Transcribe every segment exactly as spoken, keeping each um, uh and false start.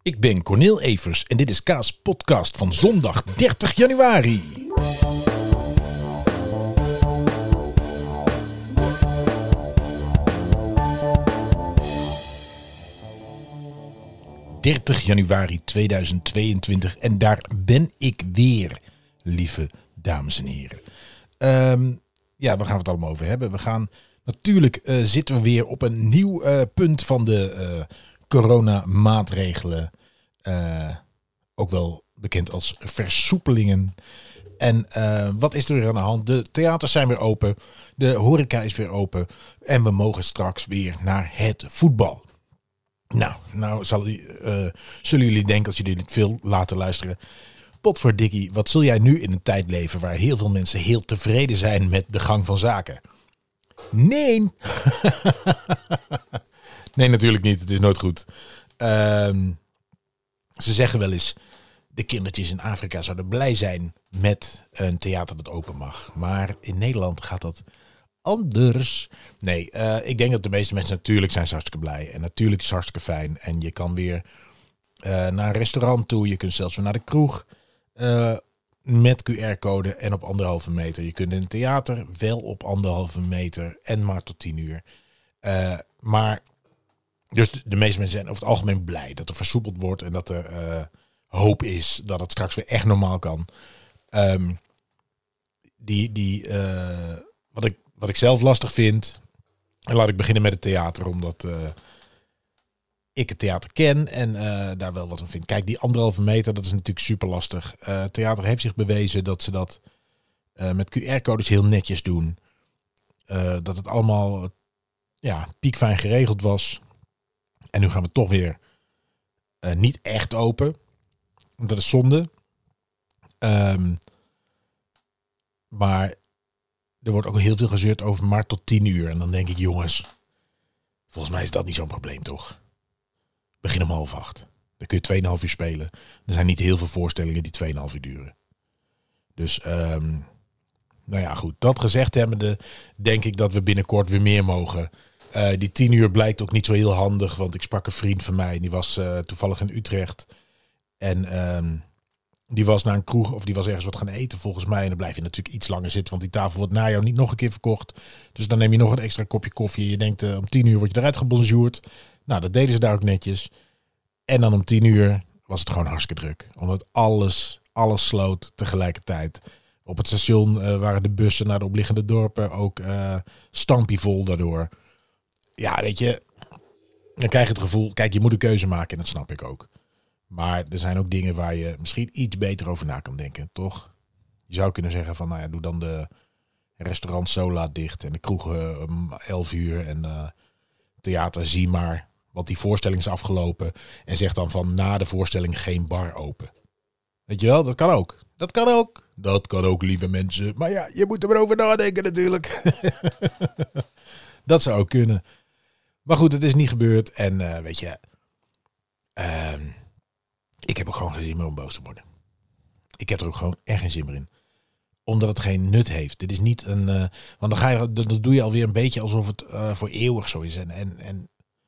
Ik ben Cornel Evers en dit is Kaas Podcast van zondag dertig januari. dertig januari tweeduizend tweeëntwintig en daar ben ik weer, lieve dames en heren. Um, ja, waar gaan we het allemaal over hebben? We gaan natuurlijk uh, zitten we weer op een nieuw uh, punt van de uh, coronamaatregelen. Uh, ook wel bekend als versoepelingen. En uh, wat is er weer aan de hand? De theaters zijn weer open. De horeca is weer open. En we mogen straks weer naar het voetbal. Nou, nou zal, uh, zullen jullie denken als jullie dit veel laten luisteren. Potverdikkie, wat zul jij nu in een tijd leven waar heel veel mensen heel tevreden zijn met de gang van zaken? Nee. Nee, natuurlijk niet. Het is nooit goed. Um, ze zeggen wel eens, de kindertjes in Afrika zouden blij zijn met een theater dat open mag. Maar in Nederland gaat dat anders. Nee, uh, ik denk dat de meeste mensen natuurlijk zijn hartstikke blij. En natuurlijk is het hartstikke fijn. En je kan weer uh, naar een restaurant toe. Je kunt zelfs weer naar de kroeg. Uh, met Q R-code en op anderhalve meter. Je kunt in het theater wel op anderhalve meter en maar tot tien uur. Uh, maar, dus de, de meeste mensen zijn over het algemeen blij dat er versoepeld wordt en dat er uh, hoop is dat het straks weer echt normaal kan. Um, die, die, uh, wat, ik, wat ik zelf lastig vind, en laat ik beginnen met het theater, omdat uh, ik het theater ken en uh, daar wel wat van vind. Kijk, die anderhalve meter, dat is natuurlijk super lastig. Uh, het theater heeft zich bewezen dat ze dat uh, met Q R-codes heel netjes doen. Uh, dat het allemaal ja, piekfijn geregeld was. En nu gaan we toch weer uh, niet echt open. Dat is zonde. Um, maar er wordt ook heel veel gezeurd over maar tot tien uur. En dan denk ik, jongens, volgens mij is dat niet zo'n probleem, toch? Begin om half acht. Dan kun je tweeënhalf uur spelen. Er zijn niet heel veel voorstellingen die tweeënhalf uur duren. Dus, um, nou ja, goed. Dat gezegd hebbende, denk ik dat we binnenkort weer meer mogen. Uh, die tien uur blijkt ook niet zo heel handig. Want ik sprak een vriend van mij. Die was uh, toevallig in Utrecht. En um, die was naar een kroeg of die was ergens wat gaan eten volgens mij. En dan blijf je natuurlijk iets langer zitten. Want die tafel wordt na jou niet nog een keer verkocht. Dus dan neem je nog een extra kopje koffie. Je denkt uh, om tien uur word je eruit gebonjourd. Nou, dat deden ze daar ook netjes. En dan om tien uur was het gewoon hartstikke druk. Omdat alles, alles sloot tegelijkertijd. Op het station uh, waren de bussen naar de omliggende dorpen ook uh, stampievol daardoor. Ja, weet je, dan krijg je het gevoel, kijk, je moet een keuze maken en dat snap ik ook. Maar er zijn ook dingen waar je misschien iets beter over na kan denken, toch? Je zou kunnen zeggen van, nou ja, doe dan de restaurant zo laat dicht en de kroegen om elf uur en uh, theater zie maar, want die voorstelling is afgelopen en zeg dan van na de voorstelling geen bar open. Weet je wel, dat kan ook. Dat kan ook. Dat kan ook, lieve mensen. Maar ja, je moet er maar over nadenken natuurlijk. Dat zou ook kunnen. Maar goed, het is niet gebeurd. En uh, weet je, uh, ik heb ook gewoon geen zin meer om boos te worden. Ik heb er ook gewoon echt geen zin meer in. Omdat het geen nut heeft. Dit is niet een... Uh, want dan, ga je, dan doe je alweer een beetje alsof het uh, voor eeuwig zo is. En, en, en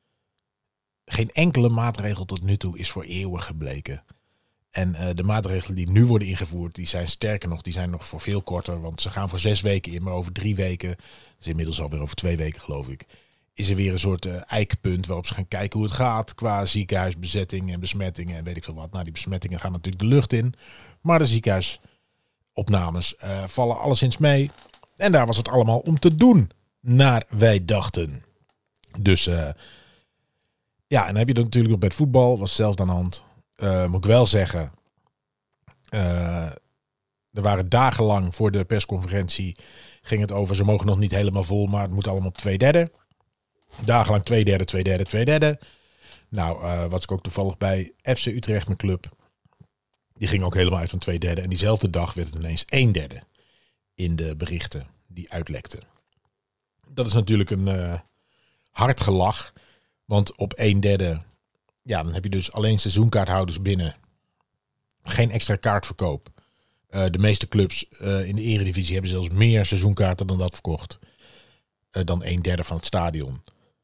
geen enkele maatregel tot nu toe is voor eeuwig gebleken. En uh, de maatregelen die nu worden ingevoerd, die zijn sterker nog, die zijn nog voor veel korter. Want ze gaan voor zes weken in, maar over drie weken, dus inmiddels alweer over twee weken geloof ik, is er weer een soort uh, eikpunt waarop ze gaan kijken hoe het gaat qua ziekenhuisbezetting en besmettingen en weet ik veel wat. Nou, die besmettingen gaan natuurlijk de lucht in, maar de ziekenhuisopnames uh, vallen alleszins mee. En daar was het allemaal om te doen, naar wij dachten. Dus uh, ja, en dan heb je dan natuurlijk nog bij het voetbal, was hetzelfde aan de hand. Uh, moet ik wel zeggen, uh, er waren dagenlang voor de persconferentie, ging het over, ze mogen nog niet helemaal vol, maar het moet allemaal op twee derde. Dagenlang twee derde, twee derde, twee derde. Nou, uh, was ik ook toevallig bij F C Utrecht, mijn club. Die ging ook helemaal uit van twee derde. En diezelfde dag werd het ineens een derde in de berichten die uitlekten. Dat is natuurlijk een uh, hard gelach, want op een derde... Ja, dan heb je dus alleen seizoenkaarthouders binnen. Geen extra kaartverkoop. Uh, de meeste clubs uh, in de Eredivisie hebben zelfs meer seizoenkaarten dan dat verkocht. Uh, dan een derde van het stadion.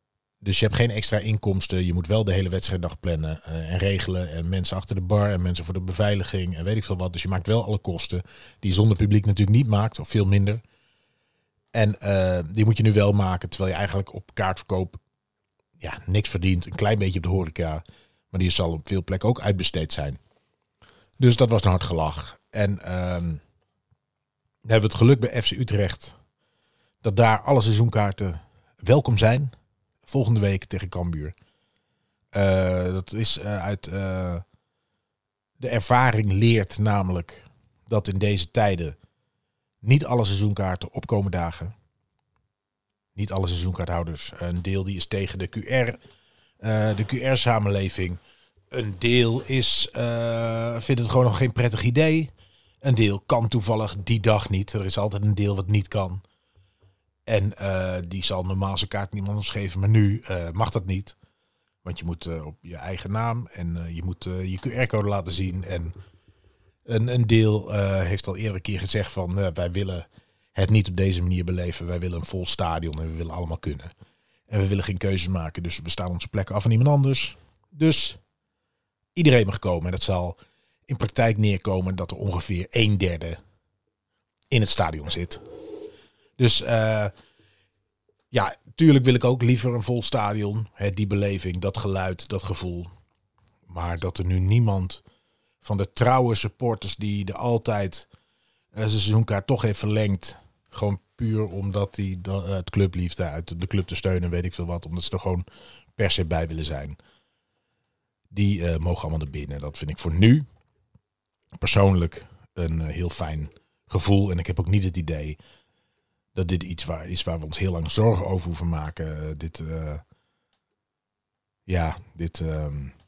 Dus je hebt geen extra inkomsten. Je moet wel de hele wedstrijddag plannen uh, en regelen. En mensen achter de bar en mensen voor de beveiliging en weet ik veel wat. Dus je maakt wel alle kosten die je zonder publiek natuurlijk niet maakt. Of veel minder. En uh, die moet je nu wel maken. Terwijl je eigenlijk op kaartverkoop ja, niks verdient. Een klein beetje op de horeca. Maar die zal op veel plekken ook uitbesteed zijn. Dus dat was een hard gelach. En uh, dan hebben we het geluk bij F C Utrecht. Dat daar alle seizoenkaarten welkom zijn. Volgende week tegen Cambuur. Uh, dat is uh, uit uh, de ervaring leert namelijk dat in deze tijden niet alle seizoenkaarten opkomen dagen. Niet alle seizoenkaarthouders. Een deel die is tegen de Q R, uh, de Q R-samenleving. Een deel is, uh, vindt het gewoon nog geen prettig idee. Een deel kan toevallig die dag niet. Er is altijd een deel wat niet kan. En uh, die zal normaal zijn kaart niemand anders geven. Maar nu uh, mag dat niet. Want je moet uh, op je eigen naam. En uh, je moet uh, je Q R-code laten zien. En een, een deel uh, heeft al eerder een keer gezegd van... Uh, wij willen het niet op deze manier beleven. Wij willen een vol stadion. En we willen allemaal kunnen. En we willen geen keuzes maken. Dus we staan onze plekken af aan iemand anders. Dus iedereen mag komen. En dat zal in praktijk neerkomen dat er ongeveer een derde in het stadion zit. Dus uh, ja, tuurlijk wil ik ook liever een vol stadion. Hè, die beleving, dat geluid, dat gevoel. Maar dat er nu niemand van de trouwe supporters die er altijd uh, zijn seizoenkaart toch heeft verlengd. Gewoon puur omdat die uh, het clubliefde uit de club te steunen, weet ik veel wat. Omdat ze er gewoon per se bij willen zijn. Die uh, mogen allemaal naar binnen. Dat vind ik voor nu persoonlijk een uh, heel fijn gevoel. En ik heb ook niet het idee dat dit iets waar is waar we ons heel lang zorgen over hoeven maken. Uh, dit, uh, ja, dit uh,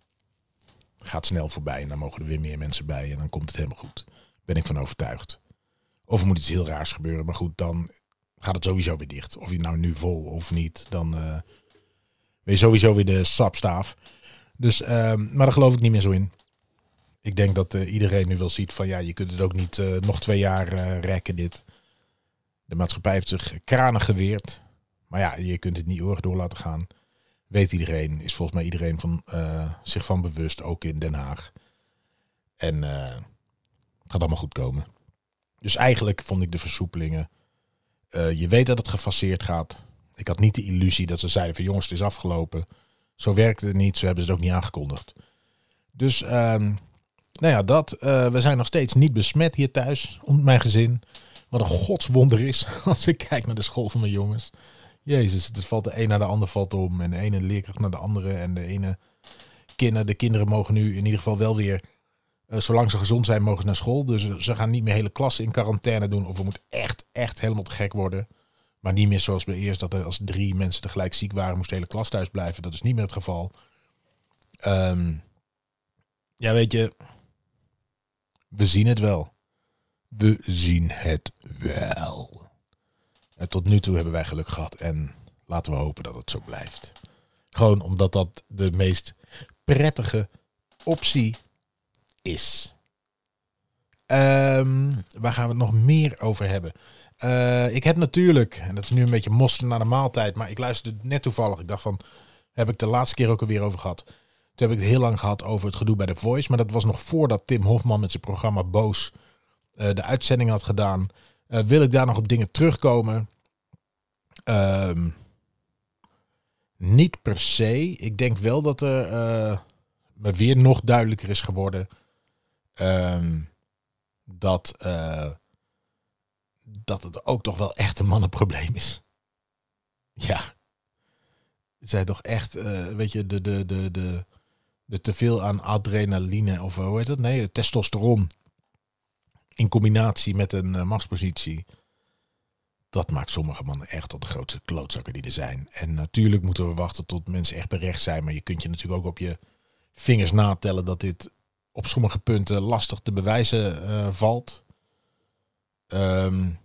gaat snel voorbij en dan mogen er weer meer mensen bij en dan komt het helemaal goed. Ben ik van overtuigd. Of er moet iets heel raars gebeuren, maar goed, dan gaat het sowieso weer dicht. Of je nou nu vol of niet, dan uh, ben je sowieso weer de sapstaaf. Dus, uh, maar daar geloof ik niet meer zo in. Ik denk dat uh, iedereen nu wel ziet van ja, je kunt het ook niet uh, nog twee jaar uh, rekken dit. De maatschappij heeft zich kranen geweerd. Maar ja, je kunt het niet eeuwig door laten gaan. Weet iedereen, is volgens mij iedereen van, uh, zich van bewust, ook in Den Haag. En uh, het gaat allemaal goed komen. Dus eigenlijk vond ik de versoepelingen. Uh, je weet dat het gefaseerd gaat. Ik had niet de illusie dat ze zeiden van jongens, het is afgelopen. Zo werkte het niet, zo hebben ze het ook niet aangekondigd. Dus, uh, nou ja, dat. Uh, we zijn nog steeds niet besmet hier thuis, om mijn gezin. Wat een godswonder is, als ik kijk naar de school van mijn jongens. Jezus, het valt de een naar de ander valt om. En de ene leerkracht naar de andere. En de ene kinder, de kinderen mogen nu in ieder geval wel weer, uh, zolang ze gezond zijn, mogen ze naar school. Dus ze gaan niet meer hele klassen in quarantaine doen. Of we moeten echt, echt helemaal te gek worden. Maar niet meer zoals bij eerst, dat er als drie mensen tegelijk ziek waren, moest de hele klas thuis blijven. Dat is niet meer het geval. Um, ja, weet je, we zien het wel. We zien het wel. En tot nu toe hebben wij geluk gehad. En laten we hopen dat het zo blijft. Gewoon omdat dat de meest prettige optie is. Um, waar gaan we het nog meer over hebben? Uh, ik heb natuurlijk, en dat is nu een beetje mosterd na de maaltijd, maar ik luisterde net toevallig. Ik dacht van, heb ik de laatste keer ook alweer over gehad. Toen heb ik het heel lang gehad over het gedoe bij The Voice. Maar dat was nog voordat Tim Hofman met zijn programma Boos uh, de uitzending had gedaan. Uh, wil ik daar nog op dingen terugkomen? Um, niet per se. Ik denk wel dat er uh, me weer nog duidelijker is geworden um, dat, uh, dat het ook toch wel echt een mannenprobleem is. Ja. Het zijn toch echt, uh, weet je, de, de, de, de, de teveel aan adrenaline, of hoe heet dat? Nee, testosteron. In combinatie met een uh, machtspositie. Dat maakt sommige mannen echt tot de grootste klootzakken die er zijn. En natuurlijk moeten we wachten tot mensen echt berecht zijn. Maar je kunt je natuurlijk ook op je vingers natellen dat dit op sommige punten lastig te bewijzen uh, valt. Um,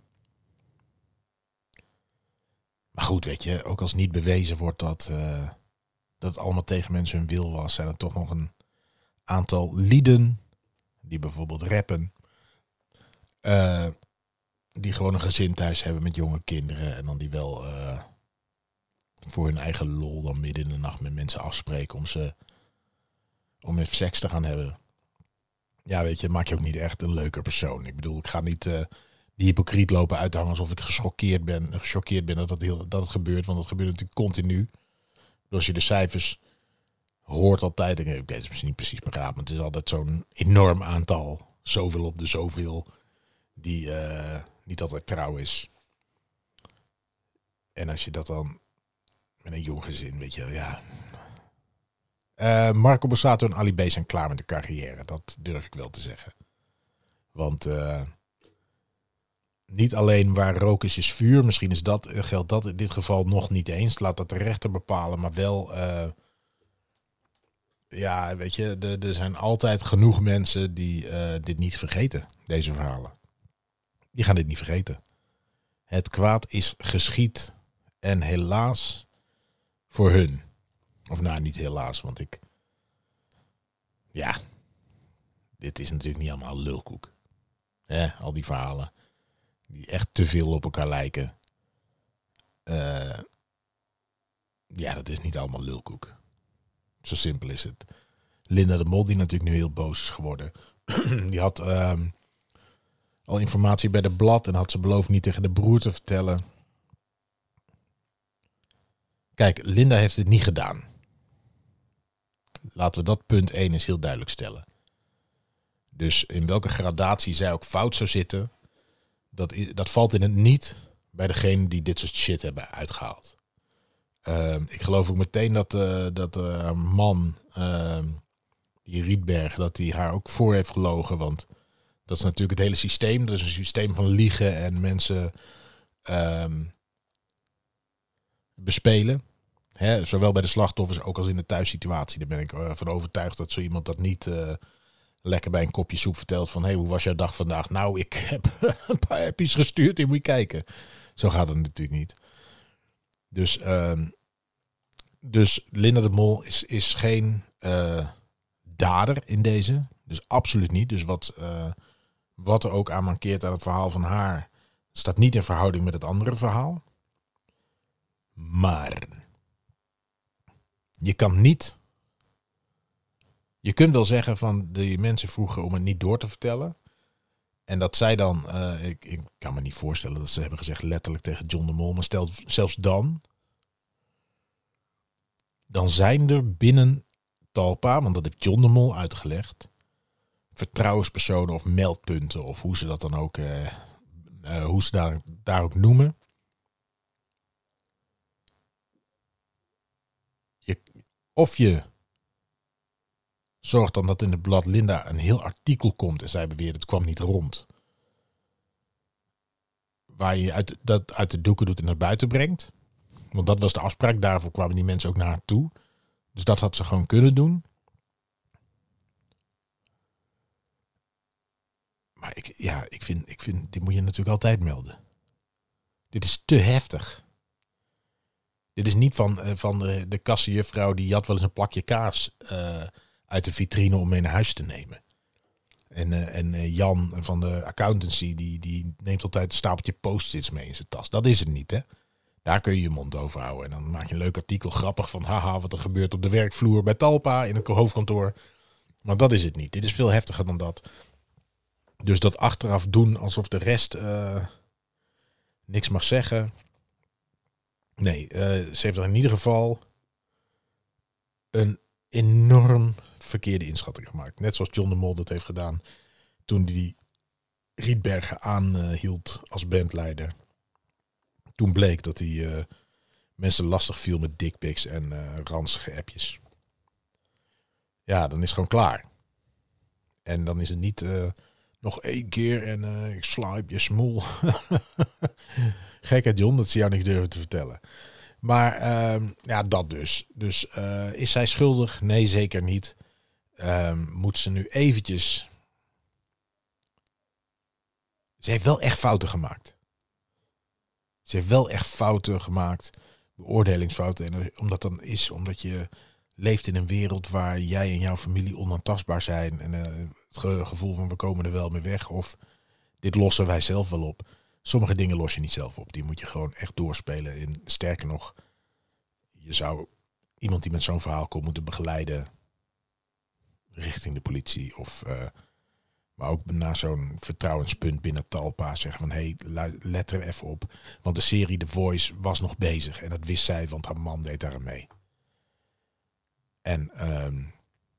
maar goed, weet je, ook als niet bewezen wordt dat, uh, dat het allemaal tegen mensen hun wil was, zijn er toch nog een aantal lieden die bijvoorbeeld rappen. Uh, die gewoon een gezin thuis hebben met jonge kinderen. En dan die wel uh, voor hun eigen lol dan midden in de nacht met mensen afspreken om ze om met seks te gaan hebben. Ja, weet je, maak je ook niet echt een leuker persoon. Ik bedoel, ik ga niet uh, die hypocriet lopen uithangen alsof ik gechoqueerd ben, gechoqueerd ben dat, dat, heel, dat het gebeurt. Want dat gebeurt natuurlijk continu. Als je de cijfers hoort altijd, ik weet het misschien niet precies paraat, maar het is altijd zo'n enorm aantal. Zoveel op de zoveel die uh, niet altijd trouw is. En als je dat dan met een jong gezin, weet je, ja. Uh, Marco Borsato en Ali B zijn klaar met de carrière. Dat durf ik wel te zeggen. Want uh, niet alleen waar rook is, is vuur. Misschien is dat, geldt dat in dit geval nog niet eens. Laat dat de rechter bepalen. Maar wel, uh, ja, weet je, er, er zijn altijd genoeg mensen die uh, dit niet vergeten. Deze verhalen. Die gaan dit niet vergeten. Het kwaad is geschied. En helaas voor hun. Of nou, niet helaas, want ik... Ja, dit is natuurlijk niet allemaal lulkoek. Ja, al die verhalen die echt te veel op elkaar lijken. Uh, ja, dat is niet allemaal lulkoek. Zo simpel is het. Linda de Mol, die natuurlijk nu heel boos is geworden. Die had uh, al informatie bij de blad en had ze beloofd niet tegen de broer te vertellen. Kijk, Linda heeft het niet gedaan. Laten we dat punt één eens heel duidelijk stellen. Dus in welke gradatie zij ook fout zou zitten, dat, dat valt in het niet bij degene die dit soort shit hebben uitgehaald. Uh, ik geloof ook meteen dat uh, dat uh, man, uh, die Rietberg, dat hij haar ook voor heeft gelogen. Want dat is natuurlijk het hele systeem. Dat is een systeem van liegen en mensen uh, bespelen. He, zowel bij de slachtoffers ook als in de thuissituatie. Daar ben ik uh, van overtuigd dat zo iemand dat niet uh, lekker bij een kopje soep vertelt van... hé, hey, hoe was jouw dag vandaag? Nou, ik heb een paar appjes gestuurd, hier moet je kijken. Zo gaat het natuurlijk niet. Dus, uh, dus Linda de Mol is, is geen uh, dader in deze. Dus absoluut niet. Dus wat, uh, wat er ook aan mankeert aan het verhaal van haar... staat niet in verhouding met het andere verhaal. Maar... Je kan niet... Je kunt wel zeggen van die mensen vroegen om het niet door te vertellen. En dat zij dan... Uh, ik, ik kan me niet voorstellen dat ze hebben gezegd letterlijk tegen John de Mol. Maar stel, zelfs dan... Dan zijn er binnen Talpa, want dat heeft John de Mol uitgelegd... vertrouwenspersonen of meldpunten of hoe ze dat dan ook... Uh, uh, hoe ze daar, daar ook noemen... Of je zorgt dan dat in het blad Linda een heel artikel komt en zij beweert het kwam niet rond. Waar je uit, dat uit de doeken doet en naar buiten brengt. Want dat was de afspraak, daarvoor kwamen die mensen ook naar haar toe. Dus dat had ze gewoon kunnen doen. Maar ik, ja, ik, vind, ik vind, dit moet je natuurlijk altijd melden. Dit is te heftig. Dit is niet van, uh, van de, de kassenjuffrouw die had wel eens een plakje kaas uh, uit de vitrine om mee naar huis te nemen. En, uh, en uh, Jan van de accountancy die, die neemt altijd een stapeltje post-its mee in zijn tas. Dat is het niet, hè. Daar kun je je mond over houden. En dan maak je een leuk artikel grappig van haha wat er gebeurt op de werkvloer bij Talpa in een hoofdkantoor. Maar dat is het niet. Dit is veel heftiger dan dat. Dus dat achteraf doen alsof de rest uh, niks mag zeggen... Nee, uh, ze heeft er in ieder geval een enorm verkeerde inschatting gemaakt. Net zoals John de Mol dat heeft gedaan toen hij Rietbergen aanhield uh, als bandleider. Toen bleek dat hij uh, mensen lastig viel met dickpics en uh, ranzige appjes. Ja, dan is het gewoon klaar. En dan is het niet uh, nog één keer en uh, ik sla op je smoel. Gekheid John, dat ze jou niks durven te vertellen. Maar uh, ja, dat dus. Dus uh, is zij schuldig? Nee, zeker niet. Uh, moet ze nu eventjes... Ze heeft wel echt fouten gemaakt. Ze heeft wel echt fouten gemaakt. Beoordelingsfouten. En omdat dan is, omdat je leeft in een wereld waar jij en jouw familie onaantastbaar zijn. En uh, het ge- gevoel van we komen er wel mee weg. Of dit lossen wij zelf wel op. Sommige dingen los je niet zelf op. Die moet je gewoon echt doorspelen. En sterker nog, je zou iemand die met zo'n verhaal komt moeten begeleiden richting de politie. Of, uh, maar ook naar zo'n vertrouwenspunt binnen Talpa zeggen van hé, hey, let er even op. Want de serie The Voice was nog bezig. En dat wist zij, want haar man deed daar mee. En um,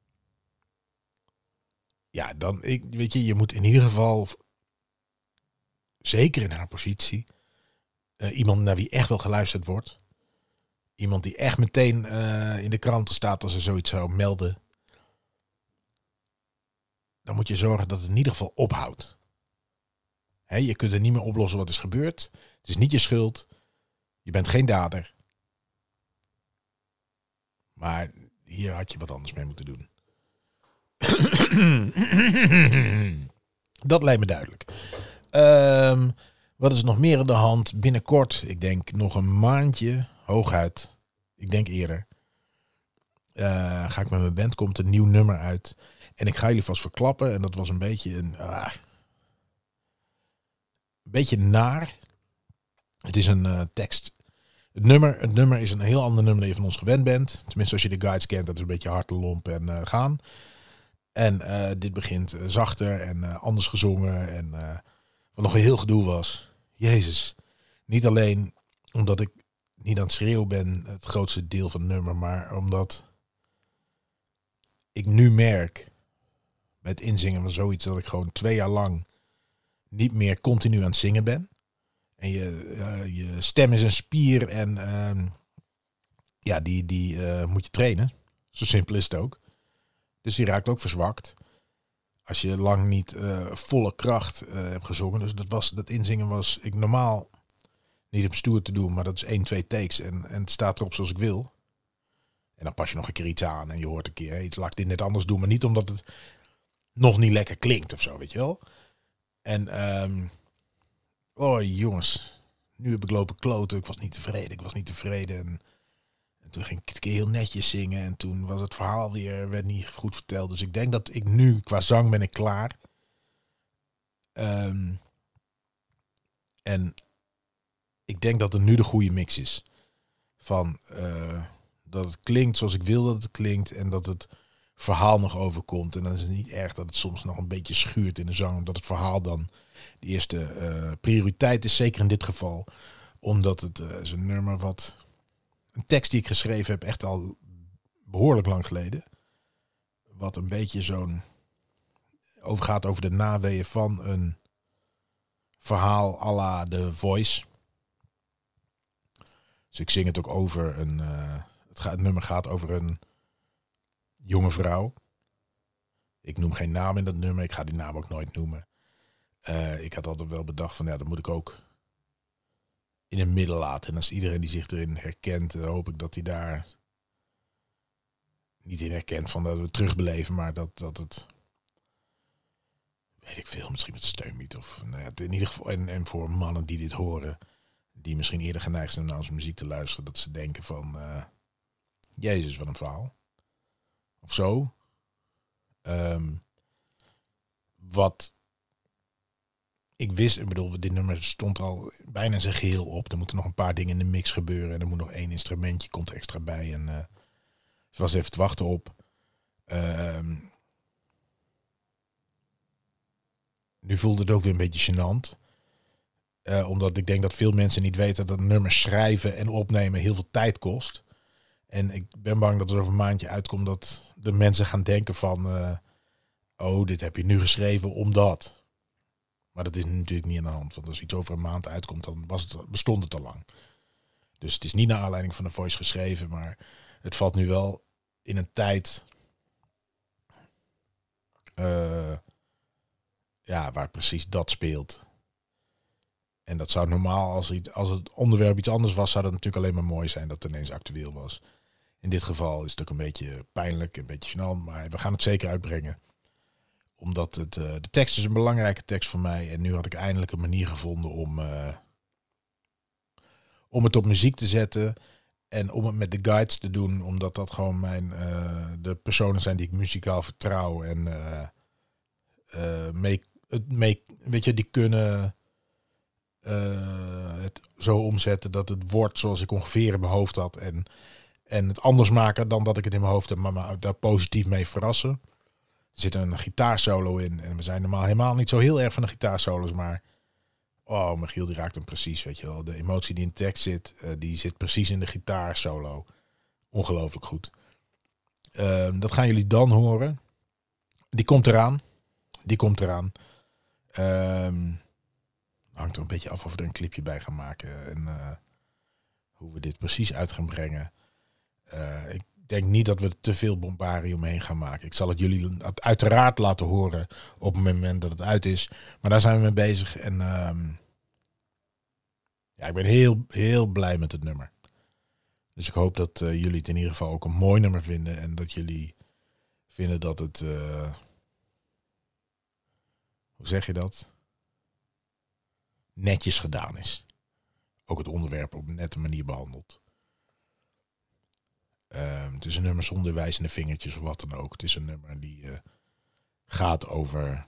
ja, dan, ik, weet je, je moet in ieder geval, zeker in haar positie, uh, iemand naar wie echt wel geluisterd wordt. Iemand die echt meteen uh, in de kranten staat als er zoiets zou melden. Dan moet je zorgen dat het in ieder geval ophoudt. He, je kunt er niet meer oplossen wat is gebeurd. Het is niet je schuld. Je bent geen dader. Maar hier had je wat anders mee moeten doen. Dat lijkt me duidelijk. Um, wat is er nog meer aan de hand? Binnenkort, ik denk nog een maandje, hooguit. Ik denk eerder. Uh, ga ik met mijn band, komt een nieuw nummer uit. En ik ga jullie vast verklappen. En dat was een beetje een... Uh, een beetje naar. Het is een uh, tekst. Het nummer, het nummer is een heel ander nummer dan je van ons gewend bent. Tenminste, als je de guides kent, dat is een beetje hard lomp en uh, gaan. En uh, dit begint uh, zachter en uh, anders gezongen. En uh, wat nog een heel gedoe was. Jezus. Niet alleen omdat ik niet aan het schreeuwen ben, het grootste deel van het nummer. Maar omdat ik nu merk bij het inzingen van zoiets dat ik gewoon twee jaar lang niet meer continu aan het zingen ben. En je, uh, je stem is een spier en uh, ja, die, die uh, moet je trainen. Zo simpel is het ook. Dus die raakt ook verzwakt. Als je lang niet uh, volle kracht uh, hebt gezongen. Dus dat, was, dat inzingen was ik normaal niet op stoer te doen. Maar dat is één, twee takes. En, en het staat erop zoals ik wil. En dan pas je nog een keer iets aan. En je hoort een keer, hey, laat ik dit net anders doen. Maar niet omdat het nog niet lekker klinkt of zo, weet je wel. En um, oh jongens. Nu heb ik lopen kloten. Ik was niet tevreden. Ik was niet tevreden. En, en toen ging ik een keer heel netjes zingen. En toen was het verhaal weer, werd niet goed verteld. Dus ik denk dat ik nu, qua zang ben ik klaar. Um, en ik denk dat er nu de goede mix is. Van uh, dat het klinkt zoals ik wil dat het klinkt. En dat het verhaal nog overkomt. En dan is het niet erg dat het soms nog een beetje schuurt in de zang. Omdat het verhaal dan de eerste uh, prioriteit is. Zeker in dit geval. Omdat het uh, is een nummer wat... Een tekst die ik geschreven heb echt al behoorlijk lang geleden. Wat een beetje zo'n... overgaat over de naweeën van een verhaal à la The Voice. Dus ik zing het ook over een... Uh, het, gaat, het nummer gaat over een jonge vrouw. Ik noem geen naam in dat nummer. Ik ga die naam ook nooit noemen. Uh, ik had altijd wel bedacht van ja, dat moet ik ook in het midden laten. En als iedereen die zich erin herkent, dan hoop ik dat hij daar niet in herkent van dat we het terugbeleven, maar dat, dat het, weet ik veel, misschien met steunmiet of nou ja, in ieder geval, en, en voor mannen die dit horen, die misschien eerder geneigd zijn naar onze muziek te luisteren, dat ze denken van uh, Jezus, wat een verhaal. Of zo. Um, wat ik wist, ik bedoel, dit nummer stond al bijna zijn geheel op. Er moeten nog een paar dingen in de mix gebeuren. En er moet nog één instrumentje, komt er extra bij. En uh, ze was even te wachten op. Uh, nu voelde het ook weer een beetje gênant. Uh, omdat ik denk dat veel mensen niet weten dat nummers schrijven en opnemen heel veel tijd kost. En ik ben bang dat er over een maandje uitkomt dat de mensen gaan denken van... Uh, oh, dit heb je nu geschreven omdat... Maar dat is natuurlijk niet aan de hand. Want als iets over een maand uitkomt, dan was het, bestond het al lang. Dus het is niet naar aanleiding van The Voice geschreven. Maar het valt nu wel in een tijd... Uh, ja, waar precies dat speelt. En dat zou normaal, als het, als het onderwerp iets anders was... zou dat natuurlijk alleen maar mooi zijn dat het ineens actueel was. In dit geval is het ook een beetje pijnlijk, een beetje gênant. Maar we gaan het zeker uitbrengen. Omdat het, uh, de tekst is een belangrijke tekst voor mij. En nu had ik eindelijk een manier gevonden om, uh, om het op muziek te zetten. En om het met de guides te doen. Omdat dat gewoon mijn, uh, de personen zijn die ik muzikaal vertrouw. En uh, uh, mee, het mee, weet je, die kunnen uh, het zo omzetten dat het wordt zoals ik ongeveer in mijn hoofd had. En, En het anders maken dan dat ik het in mijn hoofd heb, maar me daar positief mee verrassen. Er zit een gitaarsolo in. En we zijn normaal helemaal niet zo heel erg van de gitaarsolos, maar oh, Michiel die raakt hem precies, weet je wel. De emotie die in de tekst zit, uh, die zit precies in de gitaarsolo. Ongelooflijk goed. Uh, dat gaan jullie dan horen. Die komt eraan. Die komt eraan. Um, hangt er een beetje af of we er een clipje bij gaan maken. En uh, hoe we dit precies uit gaan brengen. Uh, ik denk niet dat we er te veel bombarie omheen gaan maken. Ik zal het jullie uiteraard laten horen op het moment dat het uit is. Maar daar zijn we mee bezig. En um, ja, ik ben heel, heel blij met het nummer. Dus ik hoop dat uh, jullie het in ieder geval ook een mooi nummer vinden. En dat jullie vinden dat het... Uh, hoe zeg je dat? Netjes gedaan is. Ook het onderwerp op een nette manier behandeld. Uh, het is een nummer zonder wijzende vingertjes of wat dan ook. Het is een nummer die uh, gaat over...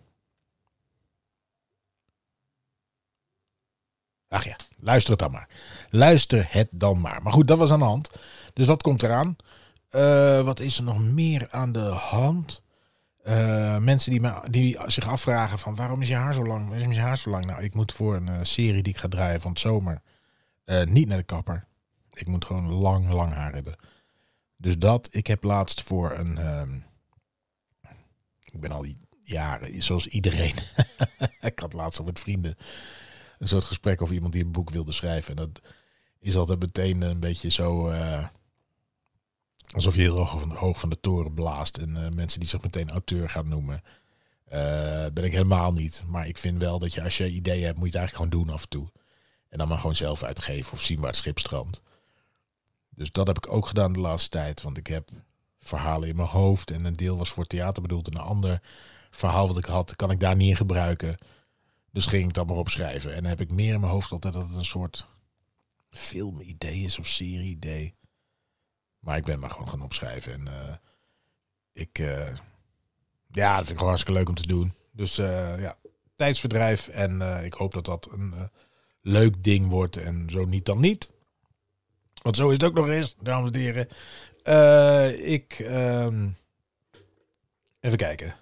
Ach ja, luister het dan maar. Luister het dan maar. Maar goed, dat was aan de hand. Dus dat komt eraan. Uh, wat is er nog meer aan de hand? Uh, mensen die, me, die zich afvragen van waarom is je haar zo lang? Waarom is je haar zo lang? Nou, ik moet voor een uh, serie die ik ga draaien van het zomer uh, niet naar de kapper. Ik moet gewoon lang, lang haar hebben. Dus dat, ik heb laatst voor een... Um, ik ben al die jaren, zoals iedereen. Ik had laatst al met vrienden een soort gesprek over iemand die een boek wilde schrijven. En dat is altijd meteen een beetje zo... Uh, alsof je heel hoog van, hoog van de toren blaast. En uh, mensen die zich meteen auteur gaan noemen. Uh, ben ik helemaal niet. Maar ik vind wel dat je als je ideeën hebt, moet je het eigenlijk gewoon doen af en toe. En dan maar gewoon zelf uitgeven of zien waar het schip strandt. Dus dat heb ik ook gedaan de laatste tijd. Want ik heb verhalen in mijn hoofd. En een deel was voor theater bedoeld. En een ander verhaal wat ik had, kan ik daar niet in gebruiken. Dus ging ik dat maar opschrijven. En dan heb ik meer in mijn hoofd altijd dat het een soort filmidee is of serie-idee. Maar ik ben maar gewoon gaan opschrijven. En uh, ik... Uh, ja, dat vind ik gewoon hartstikke leuk om te doen. Dus uh, ja, tijdsverdrijf. En uh, ik hoop dat dat een uh, leuk ding wordt. En zo niet dan niet. Want zo is het ook nog eens, dames en heren. Uh, ik... Uh, even kijken.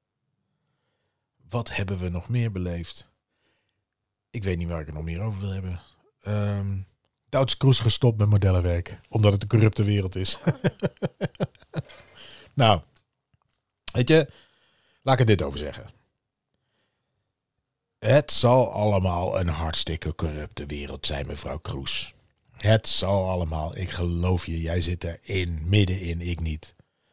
Wat hebben we nog meer beleefd? Ik weet niet waar ik het nog meer over wil hebben. Um, Duitse Kroes gestopt met modellenwerk. Omdat het een corrupte wereld is. Nou, weet je, laat ik er dit over zeggen. Het zal allemaal een hartstikke corrupte wereld zijn, mevrouw Kroes. Het zal allemaal, ik geloof je, jij zit er in, middenin, ik niet.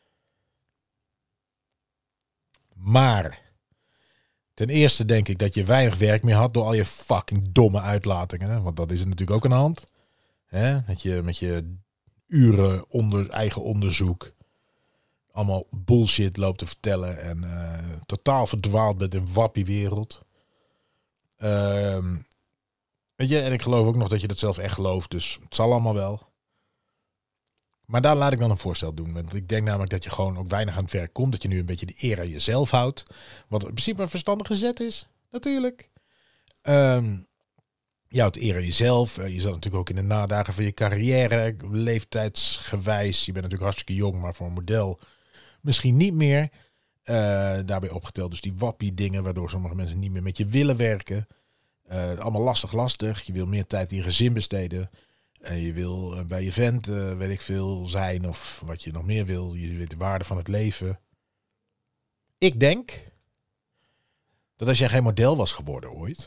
Maar... ten eerste denk ik dat je weinig werk meer had door al je fucking domme uitlatingen. Hè? Want dat is het natuurlijk ook aan de hand. Hè? Dat je met je uren onder eigen onderzoek allemaal bullshit loopt te vertellen. En uh, totaal verdwaald bent in een wappiewereld. Uh, weet je, en ik geloof ook nog dat je dat zelf echt gelooft. Dus het zal allemaal wel. Maar daar laat ik dan een voorstel doen. Want ik denk namelijk dat je gewoon ook weinig aan het werk komt. Dat je nu een beetje de eer aan jezelf houdt. Wat in principe een verstandige zet is. Natuurlijk. Um, je houdt eer aan jezelf. Uh, je zat natuurlijk ook in de nadagen van je carrière. Leeftijdsgewijs. Je bent natuurlijk hartstikke jong. Maar voor een model misschien niet meer. Uh, daarbij opgeteld dus die wappie dingen. Waardoor sommige mensen niet meer met je willen werken. Uh, allemaal lastig lastig. Je wil meer tijd in je gezin besteden. En je wil bij je vent, uh, weet ik veel, zijn of wat je nog meer wil. Je weet de waarde van het leven. Ik denk dat als jij geen model was geworden ooit,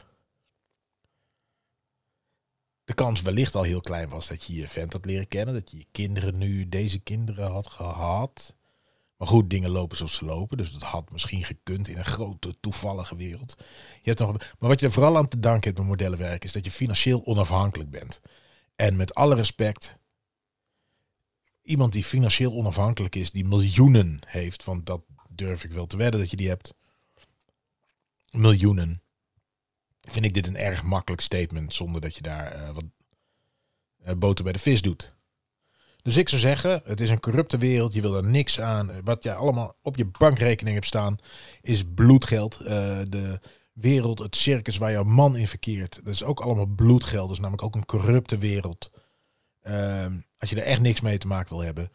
de kans wellicht al heel klein was dat je je vent had leren kennen. Dat je je kinderen nu deze kinderen had gehad. Maar goed, dingen lopen zoals ze lopen. Dus dat had misschien gekund in een grote toevallige wereld. Je hebt nog, maar wat je er vooral aan te danken hebt met modellenwerk is dat je financieel onafhankelijk bent. En met alle respect, iemand die financieel onafhankelijk is, die miljoenen heeft, want dat durf ik wel te wedden dat je die hebt, miljoenen, vind ik dit een erg makkelijk statement, zonder dat je daar uh, wat uh, boter bij de vis doet. Dus ik zou zeggen, het is een corrupte wereld, je wil er niks aan. Wat jij allemaal op je bankrekening hebt staan, is bloedgeld. Uh, de... wereld, het circus waar jouw man in verkeert. Dat is ook allemaal bloedgeld. Dat is namelijk ook een corrupte wereld. Uh, Als je er echt niks mee te maken wil hebben.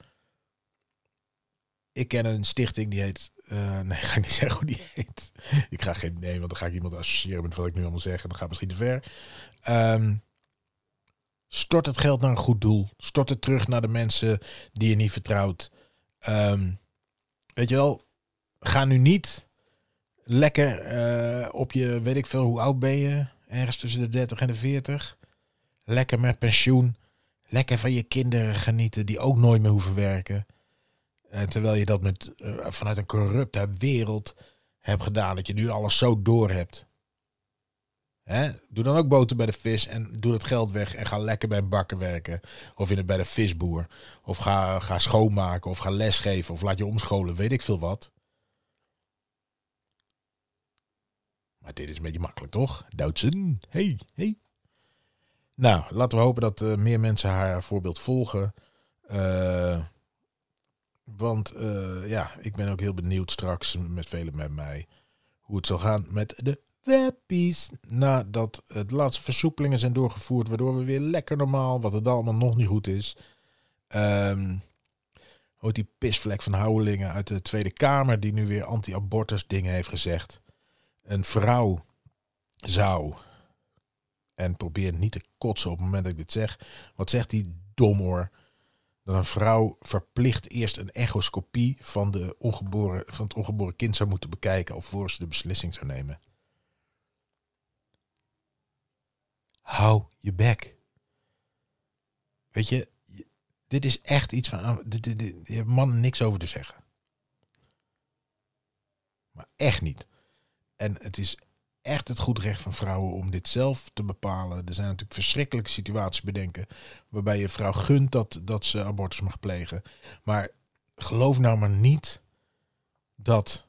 Ik ken een stichting die heet... Uh, nee, ga ik niet zeggen hoe die heet. Ik ga geen... Nee, want dan ga ik iemand associëren met wat ik nu allemaal zeg. En dat gaat misschien te ver. Um, stort het geld naar een goed doel. Stort het terug naar de mensen die je niet vertrouwt. Um, weet je wel... Ga nu niet lekker uh, op je... Weet ik veel, hoe oud ben je? Ergens tussen de dertig en de veertig. Lekker met pensioen. Lekker van je kinderen genieten die ook nooit meer hoeven werken. Uh, terwijl je dat met, uh, vanuit een corrupte wereld hebt gedaan. Dat je nu alles zo door hebt. Hè? Doe dan ook boter bij de vis en doe dat geld weg. En ga lekker bij een bakker werken. Of in het, bij de visboer. Of ga, ga schoonmaken. Of ga lesgeven. Of laat je omscholen. Weet ik veel wat. Maar dit is een beetje makkelijk, toch? Doutsen. Hey, hey. Nou, laten we hopen dat uh, meer mensen haar voorbeeld volgen. Uh, want uh, ja, ik ben ook heel benieuwd straks met velen met mij hoe het zal gaan met de webpies. Nadat het laatste versoepelingen zijn doorgevoerd, waardoor we weer lekker normaal, wat het allemaal nog niet goed is. Um, hoort die pisvlek van Houwelingen uit de Tweede Kamer die nu weer anti-abortus dingen heeft gezegd. Een vrouw zou... En probeer niet te kotsen op het moment dat ik dit zeg. Wat zegt die domoor? Dat een vrouw verplicht eerst een echoscopie van, de ongeboren, van het ongeboren kind zou moeten bekijken alvorens ze de beslissing zou nemen. Hou je bek. Weet je, dit is echt iets van... Dit, dit, dit, je hebt mannen niks over te zeggen. Maar echt niet. En het is... echt het goed recht van vrouwen om dit zelf te bepalen. Er zijn natuurlijk verschrikkelijke situaties bedenken waarbij je vrouw gunt dat, dat ze abortus mag plegen. Maar geloof nou maar niet dat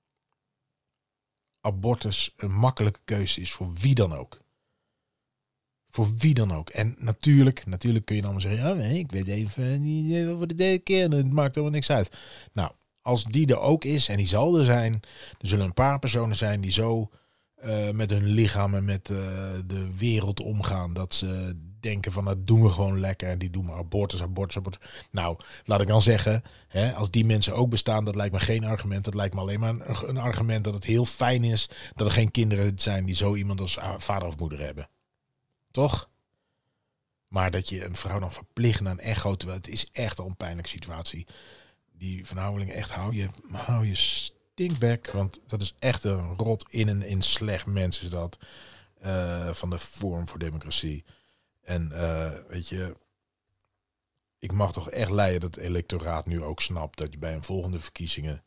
abortus een makkelijke keuze is voor wie dan ook. Voor wie dan ook. En natuurlijk, natuurlijk kun je dan maar zeggen, ja, nee, ik weet even niet voor de derde keer en het maakt helemaal niks uit. Nou, als die er ook is en die zal er zijn, er zullen een paar personen zijn die zo Uh, met hun lichaam en met uh, de wereld omgaan. Dat ze denken van, dat doen we gewoon lekker. En die doen maar abortus, abortus, abortus. Nou, laat ik dan zeggen, hè, als die mensen ook bestaan, dat lijkt me geen argument. Dat lijkt me alleen maar een, een argument dat het heel fijn is dat er geen kinderen zijn die zo iemand als vader of moeder hebben. Toch? Maar dat je een vrouw dan verplicht naar een echo, terwijl het is echt al een pijnlijke situatie. Die Van Houwelingen echt, hou je, hou je stinkbek, want dat is echt een rot in en in slecht mens is dat. Uh, van de Forum voor Democratie. En uh, weet je, ik mag toch echt leiden dat het electoraat nu ook snapt dat je bij een volgende verkiezingen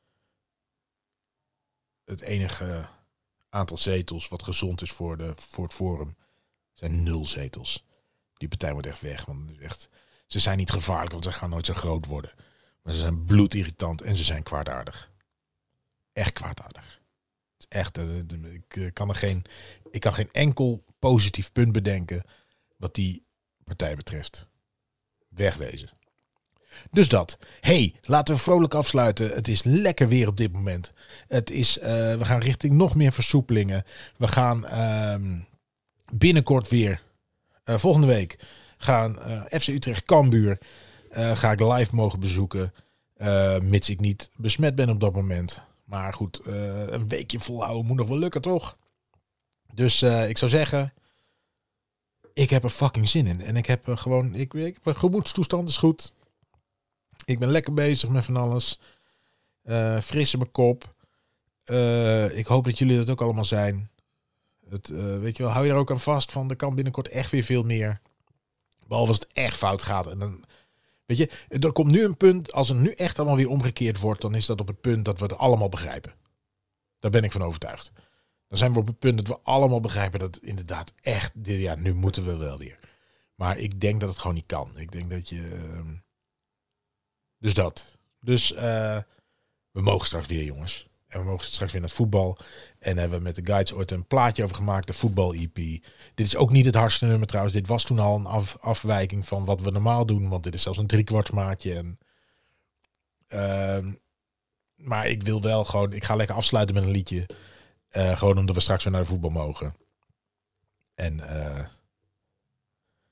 het enige aantal zetels wat gezond is voor, de, voor het Forum zijn nul zetels. Die partij moet echt weg, want het is echt, ze zijn niet gevaarlijk, want ze gaan nooit zo groot worden. Maar ze zijn bloedirritant en ze zijn kwaadaardig. Echt kwaadaardig. Het is echt, ik kan er geen, ik kan geen enkel positief punt bedenken wat die partij betreft. Wegwezen. Dus dat. Hey, laten we vrolijk afsluiten. Het is lekker weer op dit moment. Het is, uh, we gaan richting nog meer versoepelingen. We gaan uh, binnenkort weer, uh, volgende week, gaan uh, F C Utrecht Cambuur. Uh, ga ik live mogen bezoeken. Uh, mits ik niet besmet ben op dat moment. Maar goed, uh, een weekje volhouden moet nog wel lukken, toch? Dus uh, ik zou zeggen, ik heb er fucking zin in. En ik heb uh, gewoon, ik, ik, mijn gemoedstoestand is goed. Ik ben lekker bezig met van alles. Uh, fris in mijn kop. Uh, ik hoop dat jullie dat ook allemaal zijn. Het, uh, weet je wel, hou je er ook aan vast van, er kan binnenkort echt weer veel meer. Behalve als het echt fout gaat. En dan, weet je, er komt nu een punt, als het nu echt allemaal weer omgekeerd wordt, dan is dat op het punt dat we het allemaal begrijpen. Daar ben ik van overtuigd. Dan zijn we op het punt dat we allemaal begrijpen dat het inderdaad echt, ja, nu moeten we wel weer. Maar ik denk dat het gewoon niet kan. Ik denk dat je... Uh, dus dat. Dus uh, we mogen straks weer, jongens. En we mogen straks weer naar het voetbal. En hebben we met de guides ooit een plaatje over gemaakt, de voetbal-E P. Dit is ook niet het hardste nummer trouwens. Dit was toen al een af, afwijking van wat we normaal doen. Want dit is zelfs een driekwartsmaatje. En, uh, maar ik wil wel gewoon... Ik ga lekker afsluiten met een liedje. Uh, gewoon omdat we straks weer naar de voetbal mogen. En uh,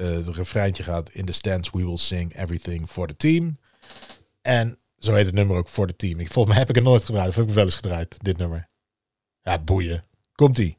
uh, het refreintje gaat... In the stands we will sing everything for the team. En zo heet het nummer ook for the team. Ik, volgens mij heb ik het nooit gedraaid. Of heb ik wel eens gedraaid, dit nummer. Ja, boeien. Komt-ie.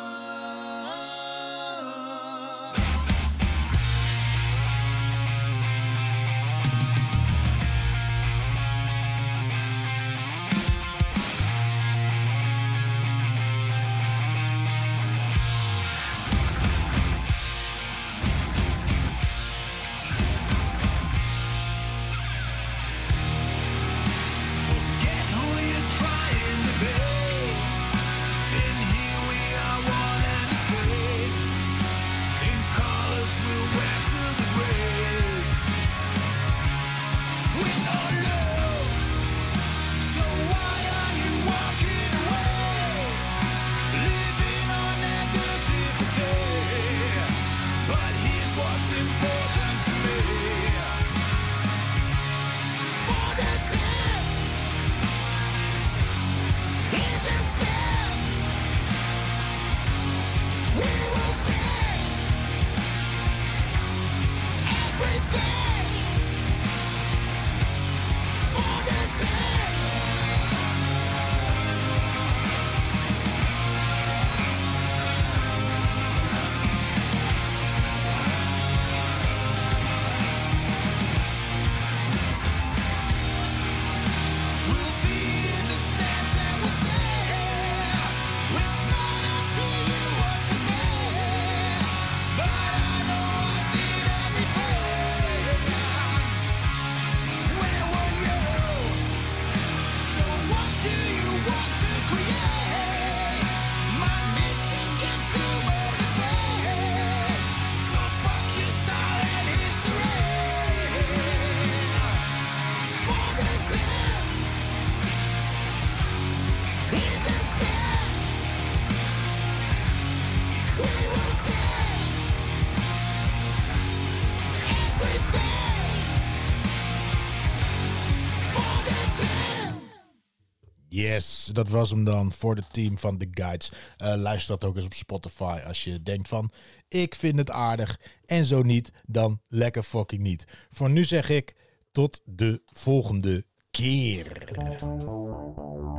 Yes, dat was hem dan voor het team van The Guides. Uh, luister dat ook eens op Spotify als je denkt van... ik vind het aardig en zo niet, dan lekker fucking niet. Voor nu zeg ik tot de volgende keer.